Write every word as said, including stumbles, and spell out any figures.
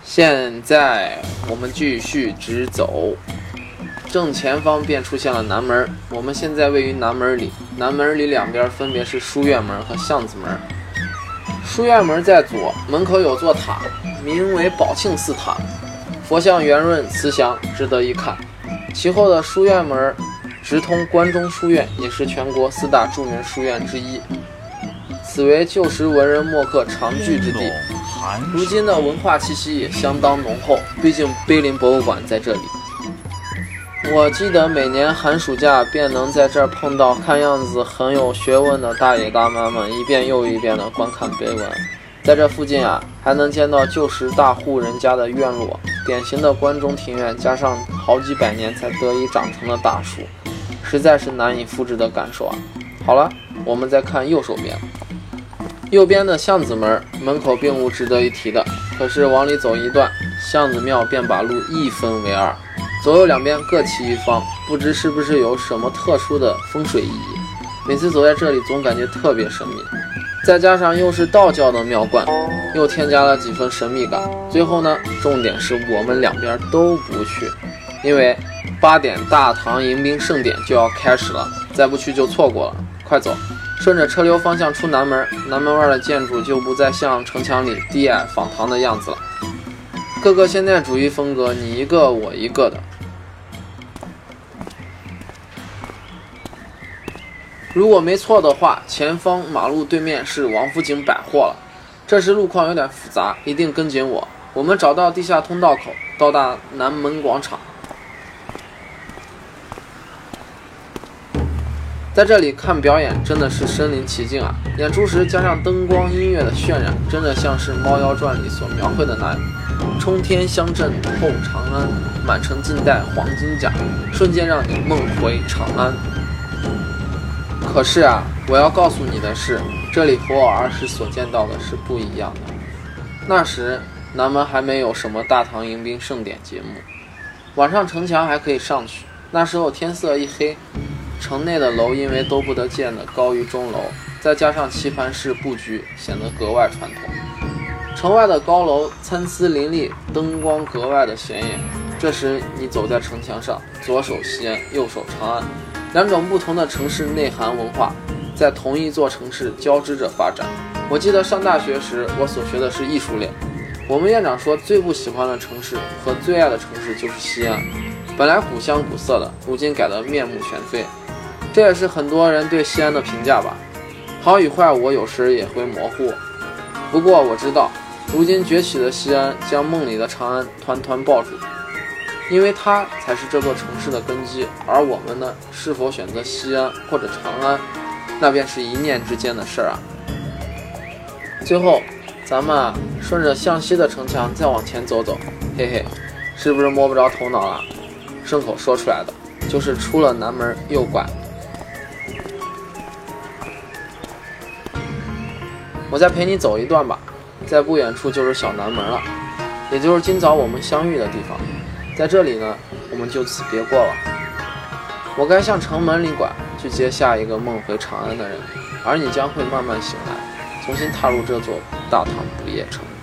现在我们继续直走，正前方便出现了南门。我们现在位于南门里，南门里两边分别是书院门和巷子门。书院门在左，门口有座塔，名为宝庆寺塔，佛像圆润慈祥，值得一看。其后的书院门直通关中书院，也是全国四大著名书院之一。此为旧时文人墨客常聚之地，如今的文化气息也相当浓厚，毕竟碑林博物馆在这里。我记得每年寒暑假便能在这儿碰到看样子很有学问的大爷大妈们一遍又一遍地观看碑文。在这附近啊，还能见到旧时大户人家的院落，典型的关中庭院，加上好几百年才得以长成的大树，实在是难以复制的感受啊。好了，我们再看右手边。右边的巷子门门口并无值得一提的，可是往里走一段，巷子庙便把路一分为二，左右两边各起一方，不知是不是有什么特殊的风水意义。每次走在这里总感觉特别神秘，再加上又是道教的庙观，又添加了几分神秘感。最后呢，重点是我们两边都不去，因为八点大唐迎宾盛典就要开始了，再不去就错过了。快走，顺着车流方向出南门，南门外的建筑就不再像城墙里低矮仿唐的样子了，各个现代主义风格，你一个我一个的。如果没错的话，前方马路对面是王府井百货了。这时路况有点复杂，一定跟紧我。我们找到地下通道口，到达南门广场。在这里看表演真的是身临其境啊！演出时加上灯光音乐的渲染，真的像是《猫妖传》里所描绘的那样，冲天香阵后长安，满城尽带黄金甲，瞬间让你梦回长安。可是啊，我要告诉你的是，这里和我儿时所见到的是不一样的。那时南门还没有什么大唐迎宾盛典节目，晚上城墙还可以上去。那时候天色一黑，城内的楼因为都不得见的高于钟楼，再加上棋盘式布局，显得格外传统。城外的高楼参差林立，灯光格外的显眼。这时你走在城墙上，左手西安，右手长安，两种不同的城市内涵文化在同一座城市交织着发展。我记得上大学时，我所学的是艺术类，我们院长说最不喜欢的城市和最爱的城市就是西安，本来古香古色的，如今改得面目全非。这也是很多人对西安的评价吧，好与坏我有时也会模糊。不过我知道，如今崛起的西安将梦里的长安团团抱住，因为它才是这座城市的根基，而我们呢，是否选择西安或者长安，那便是一念之间的事儿啊。最后咱们啊，顺着向西的城墙再往前走走，嘿嘿，是不是摸不着头脑了？顺口说出来的，就是出了南门右拐。我再陪你走一段吧，在不远处就是小南门了，也就是今早我们相遇的地方。在这里呢，我们就此别过了。我该向城门里拐，去接下一个梦回长安的人，而你将会慢慢醒来，重新踏入这座大唐不夜城。